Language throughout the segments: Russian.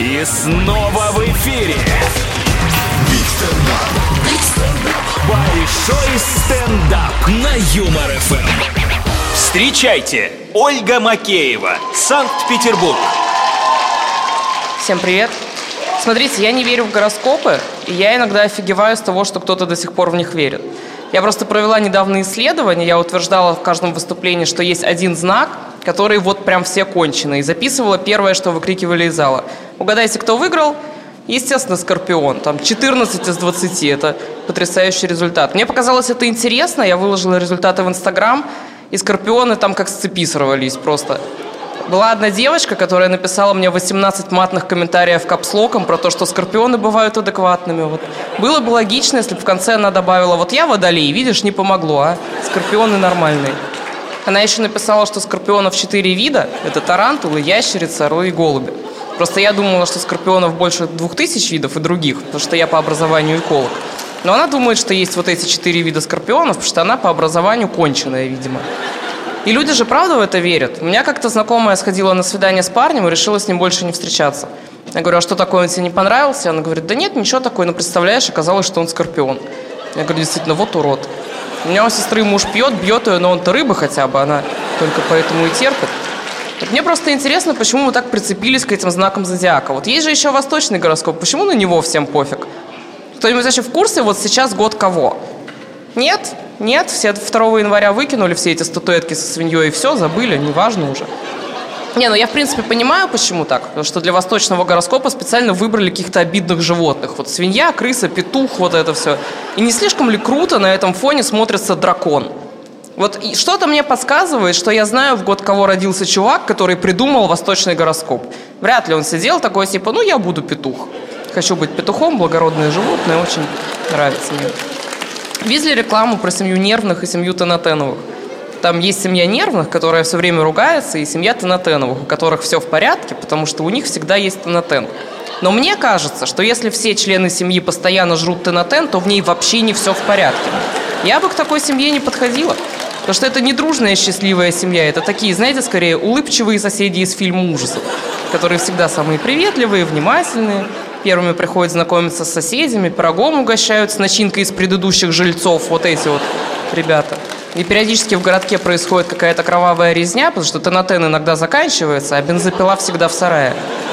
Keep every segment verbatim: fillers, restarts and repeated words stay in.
И снова в эфире большой стендап на Юмор эф эм. Встречайте, Ольга Макеева, Санкт-Петербург. Всем привет. Смотрите, я не верю в гороскопы, и я иногда офигеваю с того, что кто-то до сих пор в них верит. Я просто провела недавно исследование, я утверждала в каждом выступлении, что есть один знак, который вот прям все конченые, и записывала первое, что выкрикивали из зала. Угадайте, кто выиграл? Естественно, Скорпион. Там четырнадцать из двадцати. Это потрясающий результат. Мне показалось это интересно, я выложила результаты в Инстаграм, и Скорпионы там как с цепи сорвались просто. Была одна девочка, которая написала мне восемнадцать матных комментариев капслоком про то, что скорпионы бывают адекватными. Вот. Было бы логично, если бы в конце она добавила: вот я водолей, видишь, не помогло, а скорпионы нормальные. Она еще написала, что скорпионов четыре вида. Это тарантулы, ящерицы, орлы и голуби. Просто я думала, что скорпионов больше двух тысяч видов и других, потому что я по образованию эколог. Но она думает, что есть вот эти четыре вида скорпионов, потому что она по образованию конченая, видимо. И люди же правда в это верят. У меня как-то знакомая сходила на свидание с парнем и решила с ним больше не встречаться. Я говорю: а что такое, он тебе не понравился? Она говорит: да нет, ничего такое, но представляешь, оказалось, что он скорпион. Я говорю: действительно, вот урод. У меня у сестры муж пьет, бьет ее, но он-то рыба хотя бы, она только поэтому и терпит. Вот мне просто интересно, почему мы так прицепились к этим знакам зодиака. Вот есть же еще восточный гороскоп, почему на него всем пофиг? Кто-нибудь вообще в курсе, вот сейчас год кого? Нет? Нет? Все второго января выкинули все эти статуэтки со свиньей и все, забыли, неважно уже. Не, ну я в принципе понимаю, почему так. Потому что для восточного гороскопа специально выбрали каких-то обидных животных. Вот свинья, крыса, петух, вот это все. И не слишком ли круто на этом фоне смотрится дракон? Вот что-то мне подсказывает, что я знаю, в год кого родился чувак, который придумал восточный гороскоп. Вряд ли он сидел такой типа: ну я буду петух. Хочу быть петухом, благородное животное, очень нравится мне. Видели рекламу про семью Нервных и семью Тонатеновых? Там есть семья Нервных, которая все время ругается, и семья Тонатеновых, у которых все в порядке, потому что у них всегда есть тонатен. Но мне кажется, что если все члены семьи постоянно жрут тонатен, то в ней вообще не все в порядке. Я бы к такой семье не подходила, потому что это не дружная счастливая семья, это такие, знаете, скорее улыбчивые соседи из фильма ужасов, которые всегда самые приветливые, внимательные. Первыми приходят знакомиться с соседями, пирогом угощают с начинкой из предыдущих жильцов, вот эти вот ребята. И периодически в городке происходит какая-то кровавая резня, потому что тонатен иногда заканчивается, а бензопила всегда в сарае.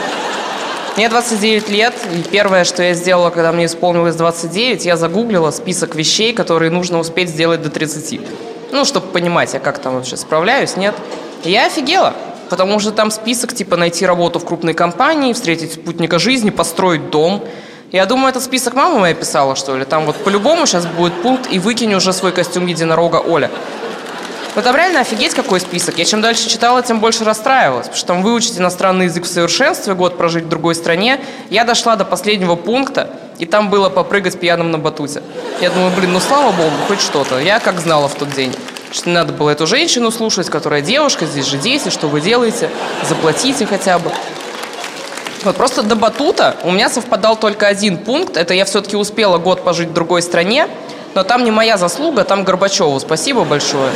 Мне двадцать девять лет, и первое, что я сделала, когда мне исполнилось двадцать девять, я загуглила список вещей, которые нужно успеть сделать до тридцати. Ну, чтобы понимать, я как там вообще справляюсь, нет. И я офигела. Потому что там список типа найти работу в крупной компании, встретить спутника жизни, построить дом. Я думаю, этот список мама моя писала, что ли. Там вот по-любому сейчас будет пункт «И выкинь уже свой костюм единорога, Оля». Вот там реально офигеть какой список. Я чем дальше читала, тем больше расстраивалась. Потому что там выучить иностранный язык в совершенстве, год прожить в другой стране. Я дошла до последнего пункта, и там было попрыгать пьяным на батуте. Я думаю, блин, ну слава богу, хоть что-то. Я как знала в тот день, что не надо было эту женщину слушать, которая девушка, здесь же дети, что вы делаете, заплатите хотя бы. Вот просто до батута у меня совпадал только один пункт, это я все-таки успела год пожить в другой стране, но там не моя заслуга, там Горбачеву, спасибо большое.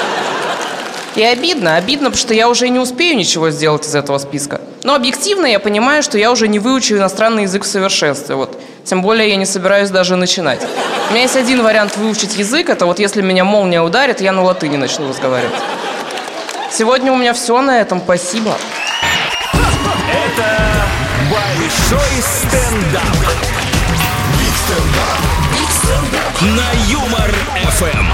И обидно, обидно, потому что я уже не успею ничего сделать из этого списка. Но объективно я понимаю, что я уже не выучу иностранный язык в совершенстве, вот. Тем более я не собираюсь даже начинать. У меня есть один вариант выучить язык, это вот если меня молния ударит, я на латыни начну разговаривать. Сегодня у меня все на этом, спасибо. Это большой стендап. Биг стендап. На Юмор эф эм.